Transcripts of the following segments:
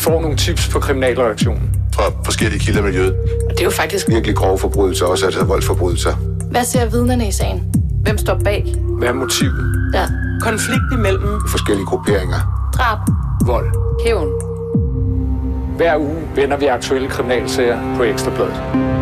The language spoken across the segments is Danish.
får nogle tips på kriminalreaktionen fra forskellige kilder i miljøet. Og det er jo faktisk virkelig grove forbrydelser, også altså voldsforbrydelser. Hvad ser vidnerne i sagen? Hvem står bag? Hvad er motivet? Ja. Konflikt imellem forskellige grupperinger. Drab. Vold. Hævn. Hver uge vender vi aktuelle kriminalsager på Ekstra Bladet.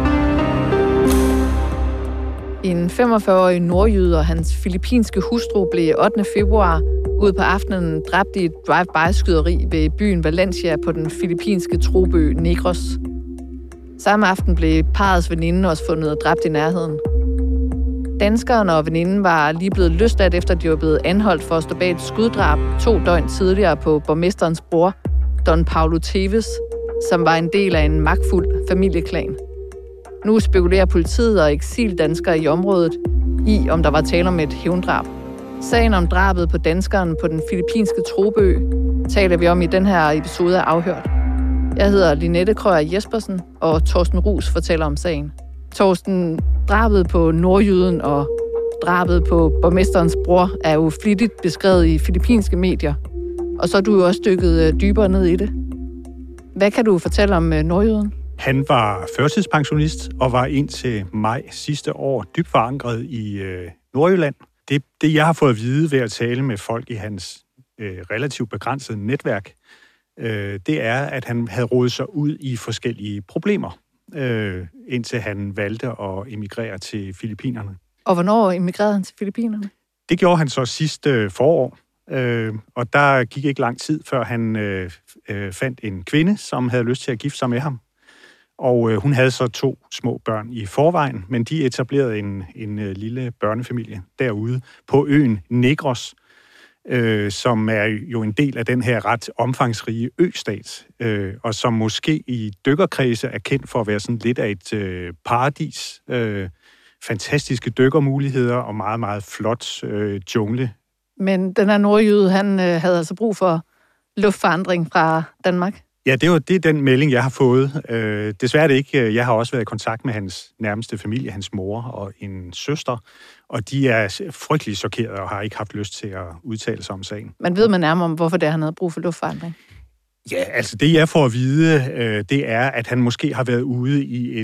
En 45-årig nordjyde og hans filippinske hustru blev 8. februar ude på aftenen dræbt i et drive-by-skyderi ved byen Valencia på den filippinske troø Negros. Samme aften blev parrets veninde også fundet dræbt i nærheden. Danskeren og veninden var lige blevet løsladt, efter de var blevet anholdt for at stå bag et skuddrab 2 døgn tidligere på borgmesterens bror, Don Paulo Teves, som var en del af en magtfuld familieklan. Nu spekulerer politiet og eksildanskere i området i, om der var tale om et hævndrab. Sagen om drabet på danskeren på den filippinske troø taler vi om i den her episode af Afhørt. Jeg hedder Linette Krøyer Jespersen, og Torsten Ruus fortæller om sagen. Torsten, drabet på nordjyden og drabet på borgmesterens bror er jo flittigt beskrevet i filippinske medier. Og så er du jo også dykket dybere ned i det. Hvad kan du fortælle om nordjyden? Han var førtidspensionist og var indtil maj sidste år dybt forankret i Nordjylland. Det, jeg har fået at vide ved at tale med folk i hans relativt begrænsede netværk, det er, at han havde rodet sig ud i forskellige problemer, indtil han valgte at emigrere til Filippinerne. Og hvornår emigrerede han til Filippinerne? Det gjorde han så sidste forår, og der gik ikke lang tid, før han fandt en kvinde, som havde lyst til at gifte sig med ham. Og hun havde så 2 små børn i forvejen, men de etablerede en lille børnefamilie derude på øen Negros, som er jo en del af den her ret omfangsrige østat, og som måske i dykkerkredse er kendt for at være sådan lidt af et paradis. Fantastiske dykkermuligheder og meget, meget flot jungle. Men den her nordjyde, han havde altså brug for luftforandring fra Danmark? Ja, det er den melding, jeg har fået. Desværre er det ikke. Jeg har også været i kontakt med hans nærmeste familie, hans mor og en søster, og de er frygtelig chokerede og har ikke haft lyst til at udtale sig om sagen. Men ved man nærmere om, hvorfor det er, han havde brug for luftforandring? Ja, altså det jeg får at vide, det er, at han måske har været ude i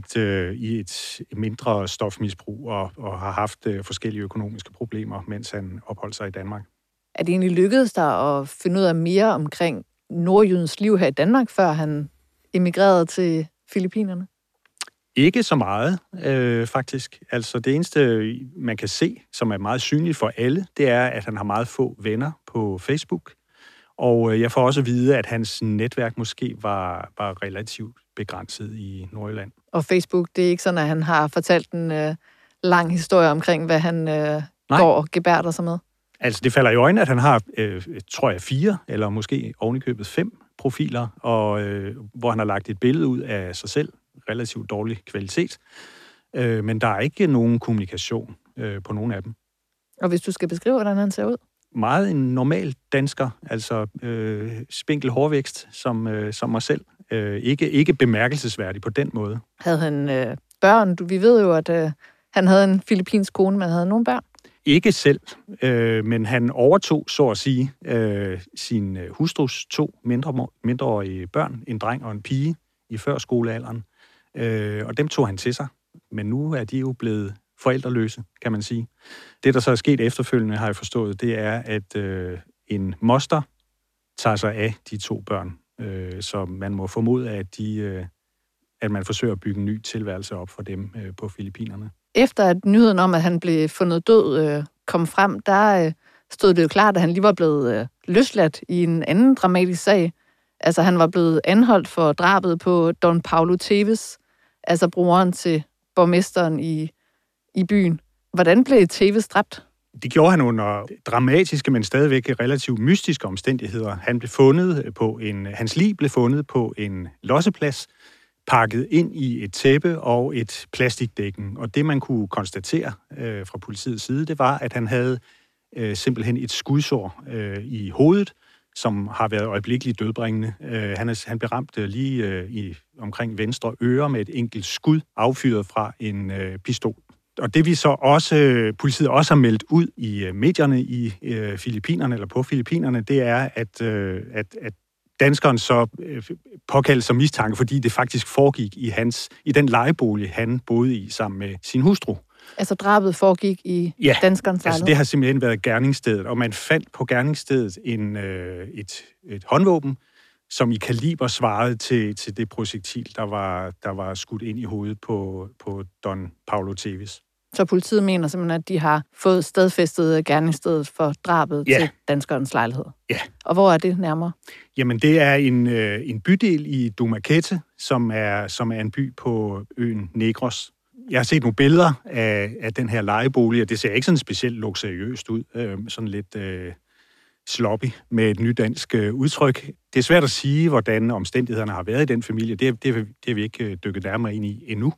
et mindre stofmisbrug og har haft forskellige økonomiske problemer, mens han opholdt sig i Danmark. Er det egentlig lykkedes dig at finde ud af mere omkring nordjydens liv her i Danmark, før han emigrerede til Filippinerne? Ikke så meget, faktisk. Altså det eneste, man kan se, som er meget synligt for alle, det er, at han har meget få venner på Facebook. Og jeg får også at vide, at hans netværk måske var relativt begrænset i Nordjylland. Og Facebook, det er ikke sådan, at han har fortalt en lang historie omkring, hvad han går og gebærder sig med? Altså, det falder i øjnene, at han har, tror jeg, 4, eller måske ovenikøbet 5 profiler, og hvor han har lagt et billede ud af sig selv, relativt dårlig kvalitet. Men der er ikke nogen kommunikation på nogen af dem. Og hvis du skal beskrive, hvordan han ser ud? Meget en normal dansker, altså spinkel hårvækst, som mig selv. Ikke bemærkelsesværdig på den måde. Havde han børn? Vi ved jo, at han havde en filippinsk kone, men havde nogen børn? Ikke selv, men han overtog, så at sige, sin hustrus 2 mindreårige børn, en dreng og en pige, i førskolealderen. Og dem tog han til sig. Men nu er de jo blevet forældreløse, kan man sige. Det, der så er sket efterfølgende, har jeg forstået, det er, at en moster tager sig af de 2 børn. Så man må formode, at man forsøger at bygge en ny tilværelse op for dem på Filippinerne. Efter at nyheden om, at han blev fundet død, kom frem, der stod det jo klart, at han lige var blevet løsladt i en anden dramatisk sag. Altså, han var blevet anholdt for drabet på Don Paulo Teves, altså broren til borgmesteren i byen. Hvordan blev Teves dræbt? Det gjorde han under dramatiske, men stadigvæk relativt mystiske omstændigheder. Hans lig blev fundet på en losseplads, pakket ind i et tæppe og et plastikdækken. Og det, man kunne konstatere fra politiets side, det var, at han havde simpelthen et skudsår i hovedet, som har været øjeblikkeligt dødbringende. Han blev ramt lige omkring venstre øre med et enkelt skud affyret fra en pistol. Og det vi så også, politiet også har meldt ud i medierne i Filippinerne, eller på Filippinerne, det er, at danskeren så påkaldt som mistanke, fordi det faktisk foregik i den lejebolig, han boede i sammen med sin hustru. Altså drabet foregik i danskerens lejlighed? Altså det har simpelthen været gerningsstedet, og man fandt på gerningsstedet et håndvåben, som i kaliber svarede til det projektil, der var skudt ind i hovedet på Don Paulo Tevez. Så politiet mener simpelthen, at de har fået stedfæstet gerningsstedet for drabet til danskerens lejlighed? Ja. Og hvor er det nærmere? Jamen, det er en bydel i Dumaquete, som er en by på øen Negros. Jeg har set nogle billeder af den her lejebolig, og det ser ikke sådan specielt luksuriøst ud. Sådan lidt sloppy med et nydansk udtryk. Det er svært at sige, hvordan omstændighederne har været i den familie. Det har vi ikke dykket nærmere ind i endnu.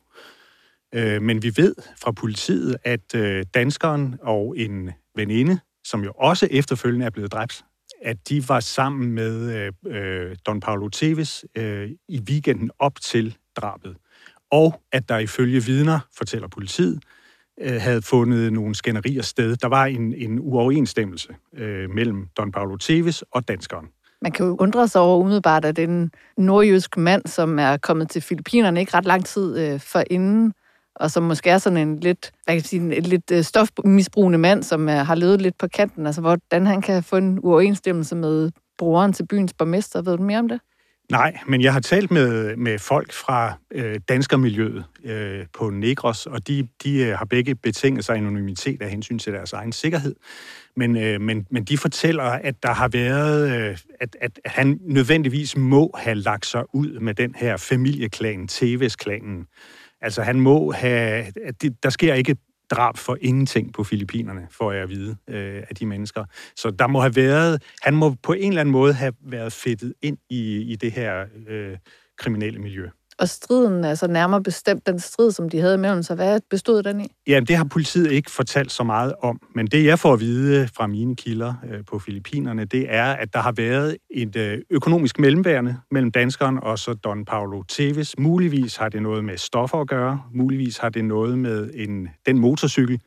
Men vi ved fra politiet, at danskeren og en veninde, som jo også efterfølgende er blevet dræbt, at de var sammen med Don Paulo Tevez i weekenden op til drabet. Og at der ifølge vidner, fortæller politiet, havde fundet nogle skænderier sted. Der var en uoverensstemmelse mellem Don Paulo Tevez og danskeren. Man kan jo undre sig over umiddelbart, at en nordjysk mand, som er kommet til Filippinerne ikke ret lang tid forinden, og som måske er sådan en lidt stofmisbrugende mand, som har levet lidt på kanten, altså hvordan han kan få en uoverensstemmelse med broren til byens borgmester. Ved du mere om det? Nej, men jeg har talt med folk fra danskermiljøet på Negros, og de har begge betinget sig anonymitet af hensyn til deres egen sikkerhed. Men de fortæller, at der har været, at han nødvendigvis må have lagt sig ud med den her familieklan, Tevez-klanen. Altså han må have, der sker ikke drab for ingenting på Filippinerne, får jeg at vide af de mennesker. Så der må have været, han må på en eller anden måde have været fedtet ind i det her kriminelle miljø. Og striden, altså nærmere bestemt den strid, som de havde mellem sig, hvad bestod den i? Ja, det har politiet ikke fortalt så meget om, men det jeg får at vide fra mine kilder på Filippinerne, det er, at der har været et økonomisk mellemværende mellem danskeren og så Don Paulo Tevez. Muligvis har det noget med stoffer at gøre, muligvis har det noget med den motorcykel,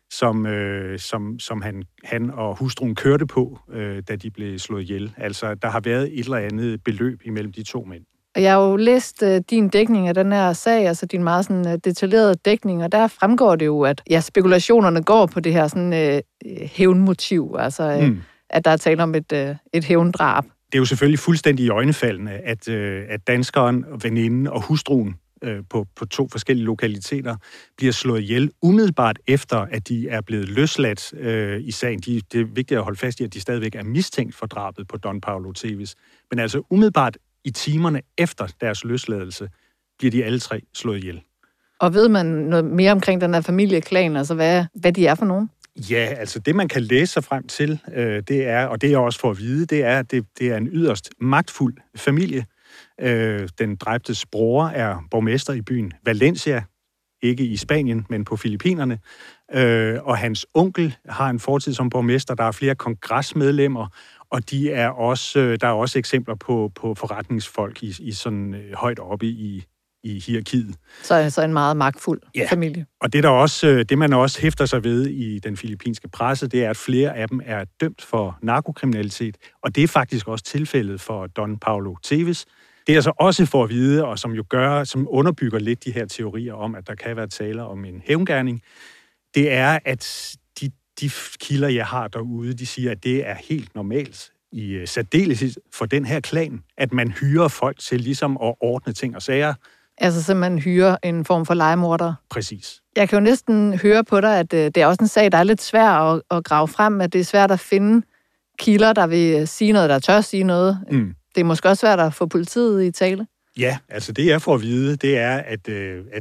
som han og hustruen kørte på, da de blev slået ihjel. Altså, der har været et eller andet beløb imellem de to mænd. Jeg har jo læst din dækning af den her sag, altså din meget sådan detaljerede dækning, og der fremgår det jo, at spekulationerne går på det her sådan hævnmotiv, altså at der er tale om et hævndrab. Det er jo selvfølgelig fuldstændig iøjnefaldende, at danskeren, veninden og hustruen på to forskellige lokaliteter bliver slået ihjel umiddelbart efter, at de er blevet løsladt i sagen. Det er vigtigt at holde fast i, at de stadigvæk er mistænkt for drabet på Don Paulo Tevez. Men altså umiddelbart i timerne efter deres løsladelse, bliver de alle tre slået ihjel. Og ved man noget mere omkring den her familieklan, altså hvad de er for nogen? Ja, altså det man kan læse sig frem til, det er, og det er også for at vide, det er, at det er en yderst magtfuld familie. Den dræbtes bror er borgmester i byen Valencia, ikke i Spanien, men på Filippinerne. Og hans onkel har en fortid som borgmester. Der er flere kongresmedlemmer, og der er også eksempler på forretningsfolk i sådan højt oppe i hierarkiet. Så en meget magtfuld familie. Og det man også hæfter sig ved i den filippinske presse, det er, at flere af dem er dømt for narkokriminalitet, og det er faktisk også tilfældet for Don Paulo Tevez. Det er så også for at vide, og som underbygger lidt de her teorier om, at der kan være tale om en hævngerning, det er, at de kilder, jeg har derude, de siger, at det er helt normalt i særdeleshed for den her klan, at man hyrer folk til ligesom at ordne ting og sager. Altså simpelthen hyrer en form for legemorder. Præcis. Jeg kan jo næsten høre på dig, at det er også en sag, der er lidt svær at grave frem, at det er svært at finde kilder, der vil sige noget, der tør sige noget. Det er måske også svært at få politiet i tale. Ja, altså det jeg får at vide, det er, at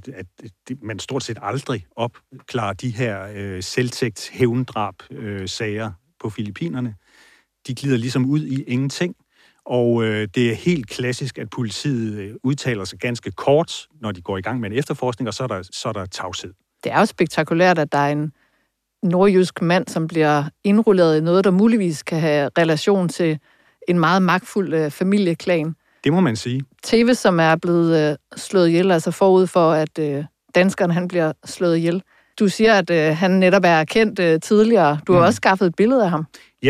man stort set aldrig opklarer de her selvtægt hævndrab-sager på Filippinerne. De glider ligesom ud i ingenting, og det er helt klassisk, at politiet udtaler sig ganske kort, når de går i gang med en efterforskning, og så er der tavshed. Det er jo spektakulært, at der er en nordjysk mand, som bliver indrulleret i noget, der muligvis kan have relation til en meget magtfuld familieklan. Det må man sige. Tevez, som er blevet slået ihjel, altså forud for, at danskeren han bliver slået ihjel. Du siger, at han netop er kendt tidligere. Du har også skaffet et billede af ham. Ja,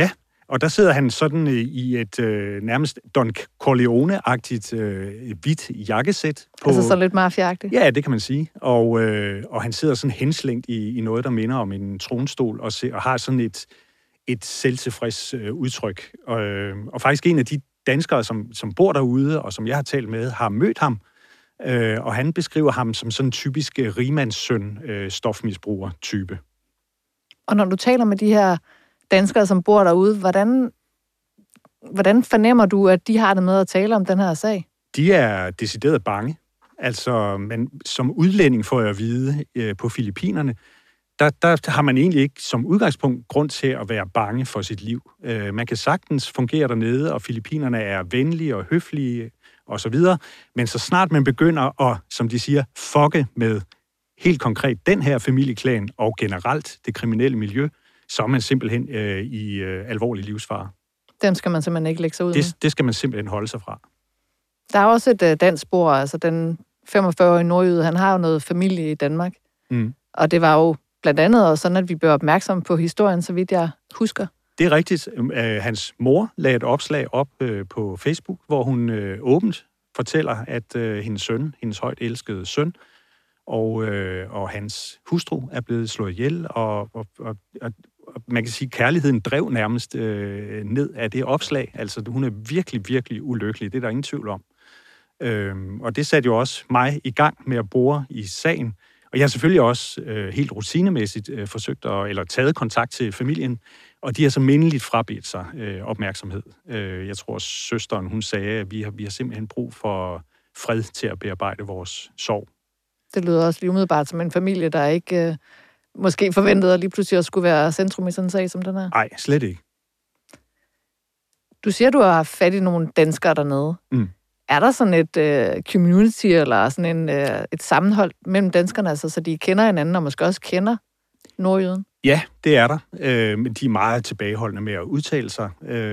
Og der sidder han sådan i et nærmest Don Corleone-agtigt hvidt jakkesæt. Altså så lidt mafiagtigt? Ja, det kan man sige. Og han sidder sådan henslængt i noget, der minder om en tronstol, og har sådan et selvtilfreds udtryk. Og faktisk en af de danskere, som bor derude, og som jeg har talt med, har mødt ham. Og han beskriver ham som sådan en typisk rigmandssøn, stofmisbruger-type. Og når du taler med de her danskere, som bor derude, hvordan fornemmer du, at de har det med at tale om den her sag? De er decideret bange. Altså, som udlænding får jeg at vide på Filippinerne, der har man egentlig ikke som udgangspunkt grund til at være bange for sit liv. Man kan sagtens fungere dernede, og Filippinerne er venlige og høflige og så videre. Men så snart man begynder at, som de siger, fucke med helt konkret den her familieklan og generelt det kriminelle miljø, så er man simpelthen i alvorlig livsfare. Dem skal man simpelthen ikke lægge sig ud med? Det skal man simpelthen holde sig fra. Der er også et dansk spor, altså den 45-årige nordjyde, han har jo noget familie i Danmark. Mm. Og det var jo blandt andet også sådan, at vi blev opmærksomme på historien, så vidt jeg husker. Det er rigtigt. Hans mor lagde et opslag op på Facebook, hvor hun åbent fortæller, at hendes søn, hendes højt elskede søn, og hans hustru er blevet slået ihjel, og man kan sige, at kærligheden drev nærmest ned af det opslag. Altså, hun er virkelig, virkelig ulykkelig. Det er der ingen tvivl om. Og det satte jo også mig i gang med at bore i sagen. Og jeg har selvfølgelig også helt rutinemæssigt forsøgt eller taget kontakt til familien, og de har så mindeligt frabedt sig opmærksomhed. Jeg tror, søsteren, hun sagde, at vi har simpelthen brug for fred til at bearbejde vores sorg. Det lyder også lige umiddelbart som en familie, der ikke måske forventede at lige pludselig også skulle være centrum i sådan en sag som den her. Nej, slet ikke. Du siger, du har fat i nogle danskere dernede. Mm. Er der sådan et community eller sådan et sammenhold mellem danskerne, altså, så de kender hinanden og måske også kender nordjyden? Ja, det er der. Men de er meget tilbageholdende med at udtale sig.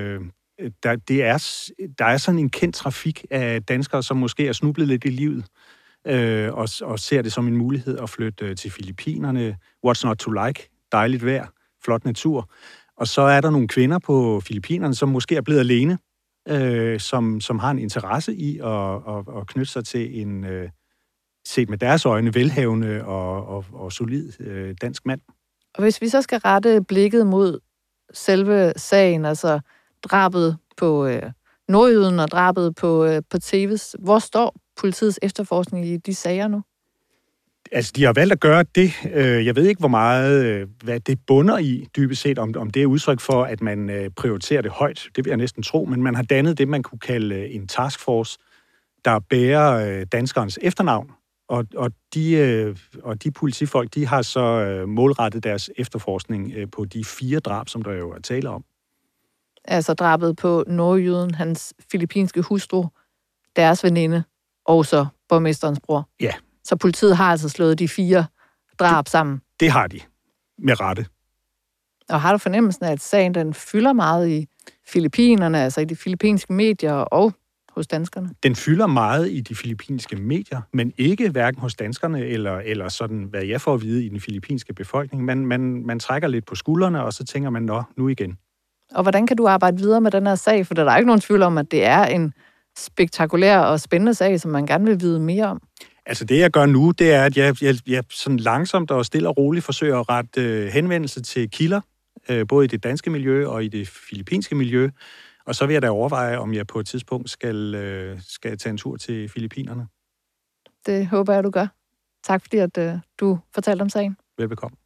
Der er sådan en kendt trafik af danskere, som måske er snublet lidt i livet, og ser det som en mulighed at flytte til Filippinerne. What's not to like? Dejligt vejr, flot natur. Og så er der nogle kvinder på Filippinerne, som måske er blevet alene, som har en interesse i at knytte sig til en, set med deres øjne, velhavende og solid dansk mand. Og hvis vi så skal rette blikket mod selve sagen, altså drabet på nordjyden og drabet på Teves, hvor står politiets efterforskning i de sager nu? Altså, de har valgt at gøre det. Jeg ved ikke, hvor meget, hvad det bunder i, dybest set, om det er udtryk for, at man prioriterer det højt. Det vil jeg næsten tro, men man har dannet det, man kunne kalde en taskforce, der bærer danskerens efternavn. Og de politifolk, de har så målrettet deres efterforskning på de 4 drab, som der jo er tale om. Altså drabet på nordjyden, hans filippinske hustru, deres veninde og så borgmesterens bror. Ja. Så politiet har altså slået de 4 drab sammen? Det har de. Med rette. Og har du fornemmelsen af, at sagen den fylder meget i Filippinerne, altså i de filippinske medier og hos danskerne? Den fylder meget i de filippinske medier, men ikke hverken hos danskerne eller sådan, hvad jeg får at vide i den filippinske befolkning. Man trækker lidt på skuldrene, og så tænker man, nu igen. Og hvordan kan du arbejde videre med den her sag? For der er ikke nogen tvivl om, at det er en spektakulær og spændende sag, som man gerne vil vide mere om. Altså det, jeg gør nu, det er, at jeg sådan langsomt og stille og roligt forsøger at rette henvendelse til kilder, både i det danske miljø og i det filippinske miljø. Og så vil jeg da overveje, om jeg på et tidspunkt skal tage en tur til Filippinerne. Det håber jeg, du gør. Tak fordi, at du fortalte om sagen. Velbekomme.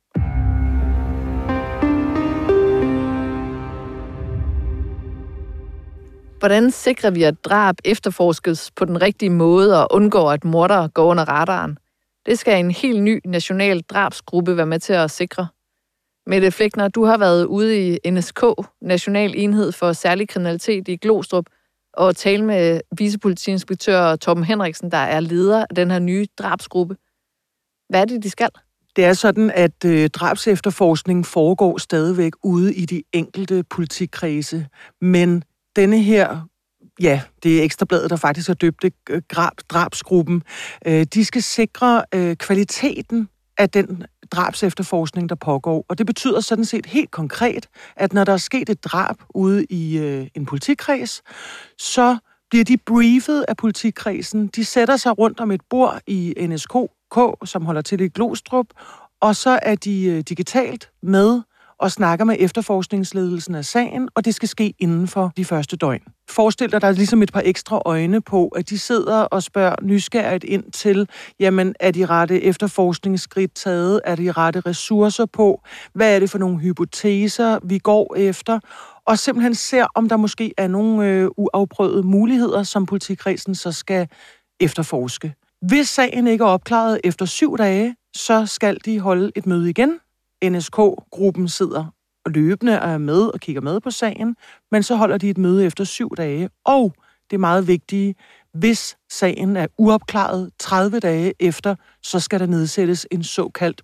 Hvordan sikrer vi, at drab efterforskes på den rigtige måde og undgår, at mordere går under radaren? Det skal en helt ny national drabsgruppe være med til at sikre. Mette Fleckner, du har været ude i NSK, National Enhed for Særlig Kriminalitet i Glostrup, og tale med vicepolitiinspektør Torben Henriksen, der er leder af den her nye drabsgruppe. Hvad er det, de skal? Det er sådan, at drabsefterforskning foregår stadigvæk ude i de enkelte politikredse, men denne her, ja, det er Ekstrabladet, der faktisk har døbt det, drabsgruppen, de skal sikre kvaliteten af den drabsefterforskning, der pågår. Og det betyder sådan set helt konkret, at når der er sket et drab ude i en politikreds, så bliver de briefet af politikredsen. De sætter sig rundt om et bord i NSK, som holder til i Glostrup, og så er de digitalt med og snakker med efterforskningsledelsen af sagen, og det skal ske inden for de første døgn. Forestil dig, der er ligesom et par ekstra øjne på, at de sidder og spørger nysgerrigt ind til, jamen, er de rette efterforskningsskridt taget? Er de rette ressourcer på? Hvad er det for nogle hypoteser, vi går efter? Og simpelthen ser, om der måske er nogle uafprøvede muligheder, som politikredsen så skal efterforske. Hvis sagen ikke er opklaret efter 7 dage, så skal de holde et møde igen. NSK-gruppen sidder og løbende er med og kigger med på sagen, men så holder de et møde efter 7 dage. Og det er meget vigtigt, hvis sagen er uopklaret 30 dage efter, så skal der nedsættes en såkaldt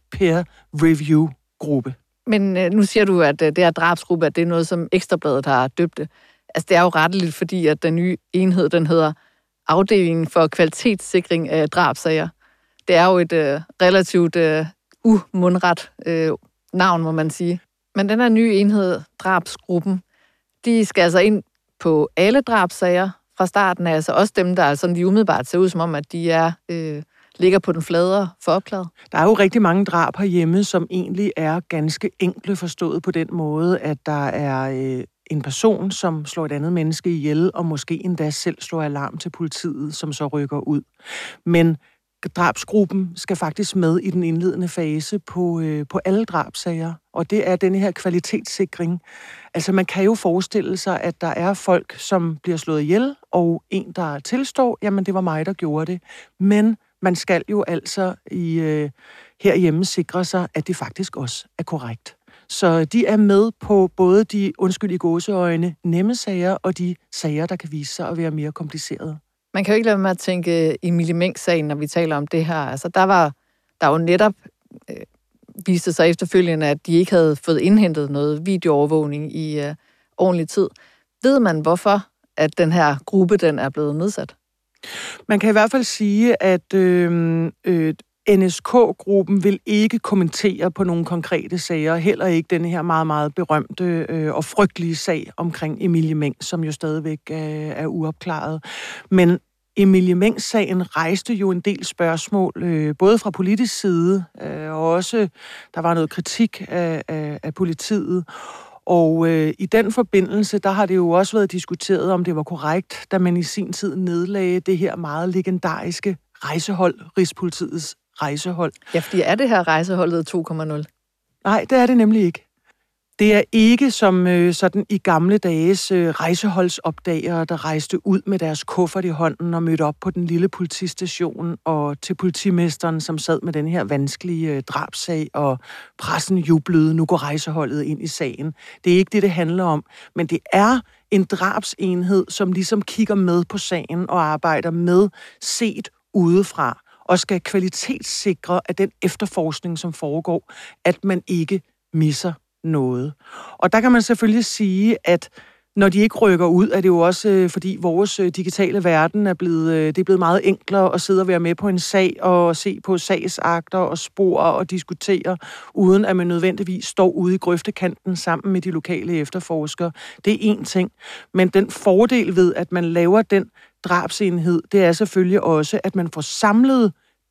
peer-review-gruppe. Men nu siger du, at det her drabsgruppe, at det er noget, som Ekstrabladet har døbt det. Altså, det er jo retteligt, fordi at den nye enhed, den hedder Afdelingen for Kvalitetssikring af Drabsager. Det er jo et relativt umundret navn, må man sige. Men den her nye enhed, drabsgruppen, de skal altså ind på alle drabsager fra starten, altså også dem, der altså lige umiddelbart ser ud som om, at de ligger på den fladere for opklaret. Der er jo rigtig mange drab herhjemme, som egentlig er ganske enkle forstået på den måde, at der er en person, som slår et andet menneske ihjel, og måske endda selv slår alarm til politiet, som så rykker ud. Men drabsgruppen skal faktisk med i den indledende fase på alle drabsager, og det er denne her kvalitetssikring. Altså man kan jo forestille sig, at der er folk, som bliver slået ihjel, og en, der tilstår, jamen det var mig, der gjorde det. Men man skal jo altså herhjemme sikre sig, at det faktisk også er korrekt. Så de er med på både de, undskyld i gåseøjne, nemme sager, og de sager, der kan vise sig at være mere komplicerede. Man kan jo ikke lade med at tænke Emilie Meng-sagen, når vi taler om det her. Altså, der jo netop viste sig efterfølgende, at de ikke havde fået indhentet noget videoovervågning i ordentlig tid. Ved man, hvorfor at den her gruppe den er blevet nedsat? Man kan i hvert fald sige, at NSK-gruppen vil ikke kommentere på nogle konkrete sager, heller ikke den her meget, meget berømte og frygtelige sag omkring Emilie Meng, som jo stadigvæk er uopklaret. Men Emilie Meng-sagen rejste jo en del spørgsmål, både fra politisk side, og også der var noget kritik af politiet. Og i den forbindelse, der har det jo også været diskuteret, om det var korrekt, da man i sin tid nedlagde det her meget legendariske rejsehold, Rigspolitiets rejsehold. Ja, fordi er det her rejseholdet 2.0? Nej, det er det nemlig ikke. Det er ikke som sådan i gamle dages rejseholdsopdagere, der rejste ud med deres kuffert i hånden og mødte op på den lille politistation og til politimesteren, som sad med den her vanskelige drabsag, og pressen jublede, nu går rejseholdet ind i sagen. Det er ikke det handler om, men det er en drabsenhed, som ligesom kigger med på sagen og arbejder med set udefra og skal kvalitetssikre, at den efterforskning, som foregår, at man ikke misser noget. Og der kan man selvfølgelig sige, at når de ikke rykker ud, er det jo også fordi vores digitale verden er blevet meget enklere at sidde og være med på en sag og se på sagsakter og spor og diskutere, uden at man nødvendigvis står ude i grøftekanten sammen med de lokale efterforskere. Det er én ting. Men den fordel ved, at man laver den drabsenhed, det er selvfølgelig også, at man får samlet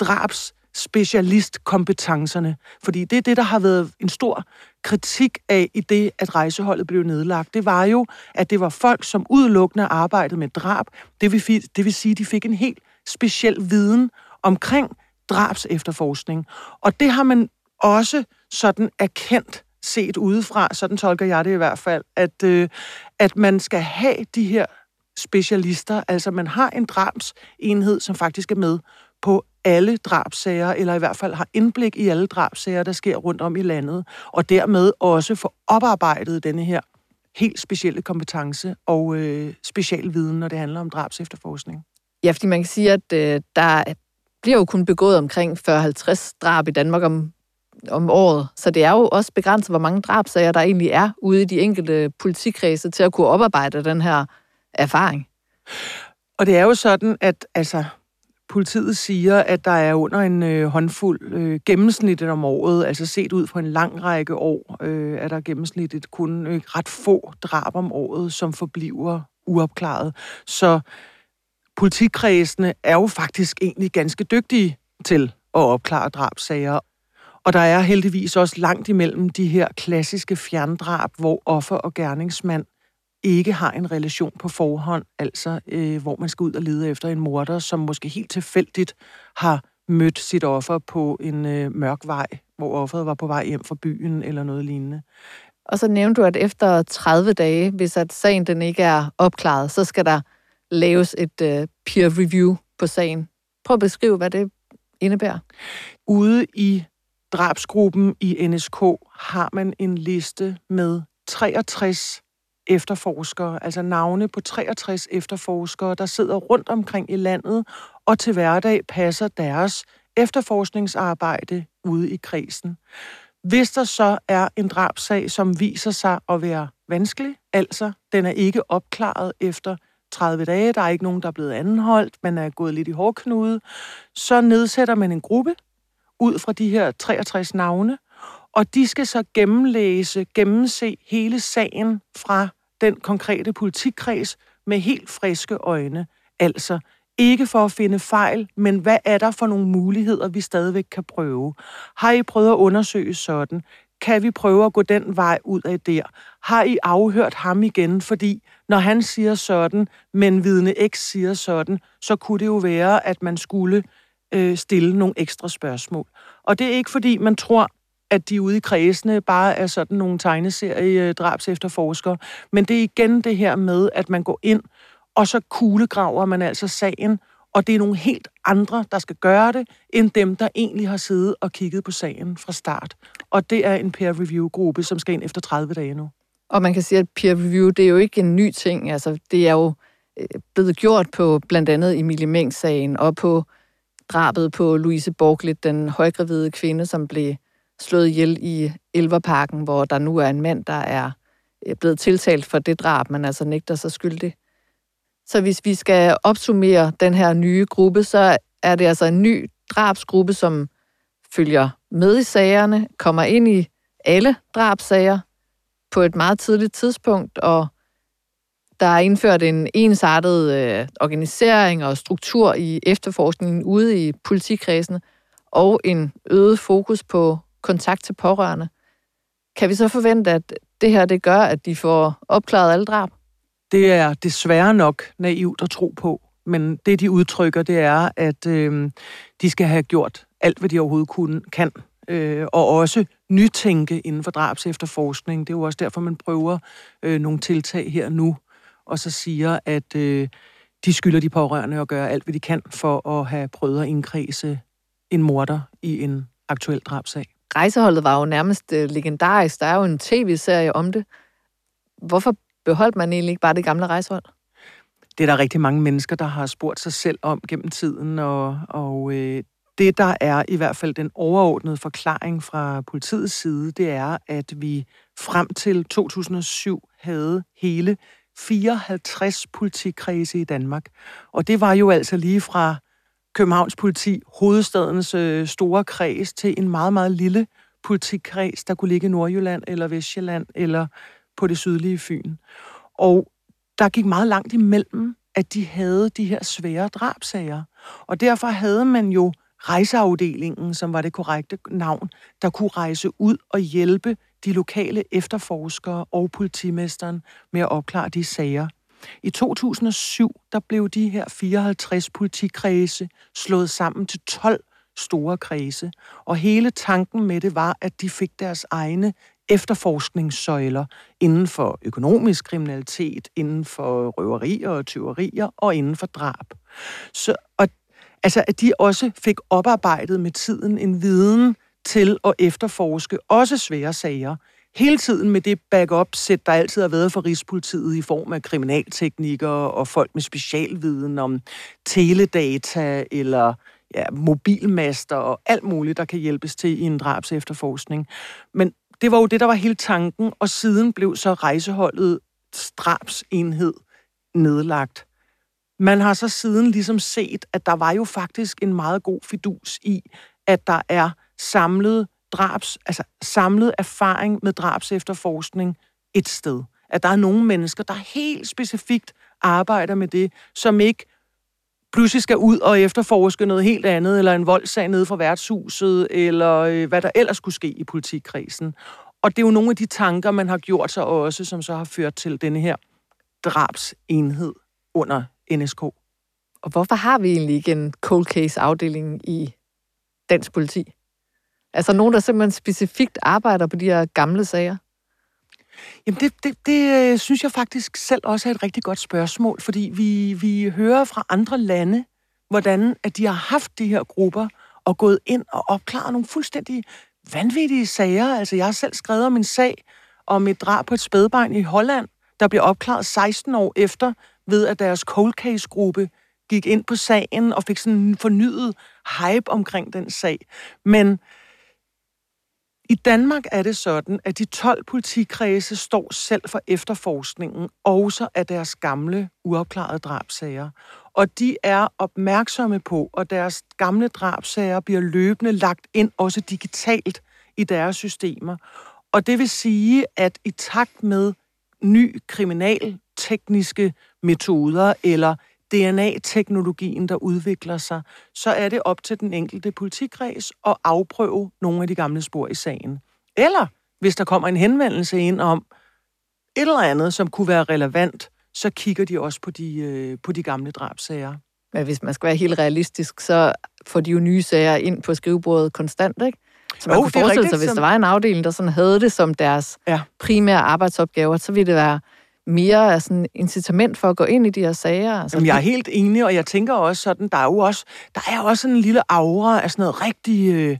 drabsspecialistkompetencerne. Fordi det er det, der har været en stor kritik af i det, at rejseholdet blev nedlagt. Det var jo, at det var folk, som udelukkende arbejdede med drab. Det vil sige, at de fik en helt speciel viden omkring drabsefterforskning. Og det har man også sådan erkendt set udefra, sådan tolker jeg det i hvert fald, at man skal have de her specialister, altså man har en drabsenhed, som faktisk er med på alle drabsager, eller i hvert fald har indblik i alle drabsager, der sker rundt om i landet, og dermed også få oparbejdet denne her helt specielle kompetence og specialviden, når det handler om drabsefterforskning. Ja, fordi man kan sige, at der bliver jo kun begået omkring 40-50 drab i Danmark om året, så det er jo også begrænset, hvor mange drabsager der egentlig er ude i de enkelte politikredse til at kunne oparbejde den her erfaring. Og det er jo sådan, at politiet siger, at der er under en håndfuld gennemsnittet om året, altså set ud på en lang række år, er der gennemsnittet kun ret få drab om året, som forbliver uopklaret. Så politikredsene er jo faktisk egentlig ganske dygtige til at opklare drabssager. Og der er heldigvis også langt imellem de her klassiske fjerndrab, hvor offer og gerningsmand ikke har en relation på forhånd, altså hvor man skal ud og lede efter en morder, som måske helt tilfældigt har mødt sit offer på en mørk vej, hvor offeret var på vej hjem fra byen eller noget lignende. Og så nævnte du, at efter 30 dage, hvis at sagen den ikke er opklaret, så skal der laves et peer review på sagen. Prøv at beskrive, hvad det indebærer. Ude i drabsgruppen i NSK har man en liste med 63 efterforskere, altså navne på 63 efterforskere, der sidder rundt omkring i landet og til hverdag passer deres efterforskningsarbejde ude i kredsen. Hvis der så er en drabsag, som viser sig at være vanskelig, altså den er ikke opklaret efter 30 dage, der er ikke nogen, der er blevet anholdt, man er gået lidt i hårdknude, så nedsætter man en gruppe ud fra de her 63 navne, og de skal så gennemse hele sagen fra den konkrete politikkreds med helt friske øjne. Altså ikke for at finde fejl, men hvad er der for nogle muligheder, vi stadigvæk kan prøve? Har I prøvet at undersøge sådan? Kan vi prøve at gå den vej ud af der? Har I afhørt ham igen? Fordi når han siger sådan, men vidne X siger sådan, så kunne det jo være, at man skulle stille nogle ekstra spørgsmål. Og det er ikke fordi, man tror, at de ude i kredsene bare er sådan nogle tegneserie-drabsefterforskere, men det er igen det her med, at man går ind, og så kuglegraver man altså sagen, og det er nogle helt andre, der skal gøre det, end dem, der egentlig har siddet og kigget på sagen fra start. Og det er en peer-review-gruppe, som skal ind efter 30 dage nu. Og man kan sige, at peer-review, det er jo ikke en ny ting. Altså, det er jo blevet gjort på blandt andet Emilie Meng-sagen, og på drabet på Louise Borglit, den højgravide kvinde, som blev slået ihjel i Elverparken, hvor der nu er en mand, der er blevet tiltalt for det drab, man altså nægter sig skyldig. Så hvis vi skal opsummere den her nye gruppe, så er det altså en ny drabsgruppe, som følger med i sagerne, kommer ind i alle drabssager på et meget tidligt tidspunkt, og der er indført en ensartet organisering og struktur i efterforskningen ude i politikredsene, og en øget fokus på kontakt til pårørende. Kan vi så forvente, at det her det gør, at de får opklaret alle drab? Det er desværre nok naivt at tro på, men det, de udtrykker, det er, at de skal have gjort alt, hvad de overhovedet kan, og også nytænke inden for drabsefterforskning. Det er jo også derfor, man prøver nogle tiltag her nu, og så siger, at de skylder de pårørende at gøre alt, hvad de kan for at have prøvet at indkredse en morder i en aktuel drabsag. Rejseholdet var jo nærmest legendarisk. Der er jo en tv-serie om det. Hvorfor beholdt man egentlig ikke bare det gamle rejsehold? Det er der rigtig mange mennesker, der har spurgt sig selv om gennem tiden, og det, der er i hvert fald den overordnede forklaring fra politiets side, det er, at vi frem til 2007 havde hele 54 politikredse i Danmark. Og det var jo altså lige fra Københavns politi, hovedstadens store kreds, til en meget, meget lille politikreds, der kunne ligge i Nordjylland eller Vestjylland eller på det sydlige Fyn. Og der gik meget langt imellem, at de havde de her svære drabsager. Og derfor havde man jo rejseafdelingen, som var det korrekte navn, der kunne rejse ud og hjælpe de lokale efterforskere og politimesteren med at opklare de sager. I 2007, der blev de her 54 politikredse slået sammen til 12 store kredse, og hele tanken med det var, at de fik deres egne efterforskningssøjler inden for økonomisk kriminalitet, inden for røverier og tyverier og inden for drab. Så, altså, at de også fik oparbejdet med tiden en viden til at efterforske også svære sager. Hele tiden med det backup-sæt, der altid har været for Rigspolitiet i form af kriminalteknikere og folk med specialviden om teledata eller mobilmaster og alt muligt, der kan hjælpes til i en drabsefterforskning. Men det var jo det, der var hele tanken, og siden blev så rejseholdet drabsenhed nedlagt. Man har så siden ligesom set, at der var jo faktisk en meget god fidus i, at der er samlet erfaring med drabsefterforskning et sted. At der er nogle mennesker, der helt specifikt arbejder med det, som ikke pludselig skal ud og efterforske noget helt andet, eller en voldssag nede fra værtshuset, eller hvad der ellers skulle ske i politikredsen. Og det er jo nogle af de tanker, man har gjort sig også, som så har ført til denne her drabsenhed under NSK. Og hvorfor har vi egentlig ikke en cold case-afdeling i dansk politi? Altså nogen, der simpelthen specifikt arbejder på de her gamle sager? Jamen det synes jeg faktisk selv også er et rigtig godt spørgsmål, fordi vi hører fra andre lande, hvordan at de har haft de her grupper og gået ind og opklaret nogle fuldstændig vanvittige sager. Altså jeg har selv skrevet om en sag om et drab på et spædbarn i Holland, der blev opklaret 16 år efter, ved at deres cold case-gruppe gik ind på sagen og fik sådan en fornyet hype omkring den sag. Men i Danmark er det sådan, at de 12 politikredse står selv for efterforskningen, også af deres gamle, uopklarede drabsager. Og de er opmærksomme på, at deres gamle drabsager bliver løbende lagt ind, også digitalt, i deres systemer. Og det vil sige, at i takt med ny kriminaltekniske metoder eller DNA-teknologien, der udvikler sig, så er det op til den enkelte politikreds at afprøve nogle af de gamle spor i sagen. Eller hvis der kommer en henvendelse ind om et eller andet, som kunne være relevant, så kigger de også på de gamle drabsager. Men hvis man skal være helt realistisk, så får de jo nye sager ind på skrivebordet konstant, ikke? Så man kunne forestille sig, hvis der var en afdeling, der sådan havde det som deres primære arbejdsopgaver, så ville det være mere sådan incitament for at gå ind i de her sager. Altså, jamen, jeg er helt enig, og jeg tænker også sådan, der er også en lille aura af sådan noget rigtig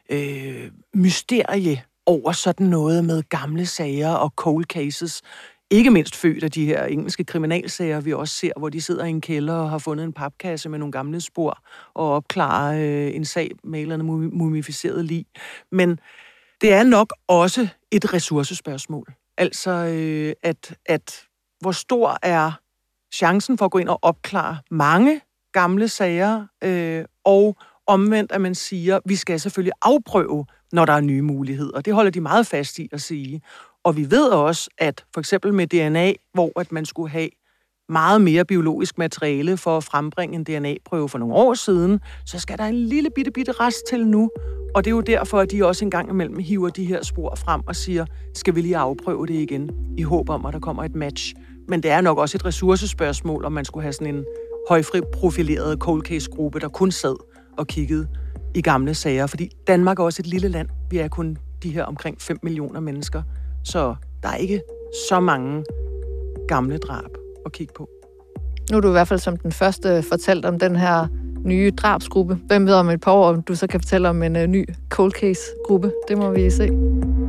mysterie over sådan noget med gamle sager og cold cases. Ikke mindst født af de her engelske kriminalsager, vi også ser, hvor de sidder i en kælder og har fundet en papkasse med nogle gamle spor og opklarer en sag med eller andet mumificeret lig. Men det er nok også et ressourcespørgsmål. Altså, at hvor stor er chancen for at gå ind og opklare mange gamle sager, og omvendt, at man siger, vi skal selvfølgelig afprøve, når der er nye muligheder. Det holder de meget fast i at sige. Og vi ved også, at for eksempel med DNA, hvor at man skulle have meget mere biologisk materiale for at frembringe en DNA-prøve for nogle år siden, så skal der en lille bitte rest til nu. Og det er jo derfor, at de også en gang imellem hiver de her spor frem og siger, skal vi lige afprøve det igen, i håb om, at der kommer et match. Men det er nok også et ressourcespørgsmål, om man skulle have sådan en højfri profileret cold case-gruppe, der kun sad og kiggede i gamle sager. Fordi Danmark er også et lille land. Vi er kun de her omkring 5 millioner mennesker. Så der er ikke så mange gamle drab at kigge på. Nu er du i hvert fald som den første fortalt om den her nye drabsgruppe. Hvem ved om et par år, om du så kan fortælle om en ny cold case-gruppe? Det må vi se.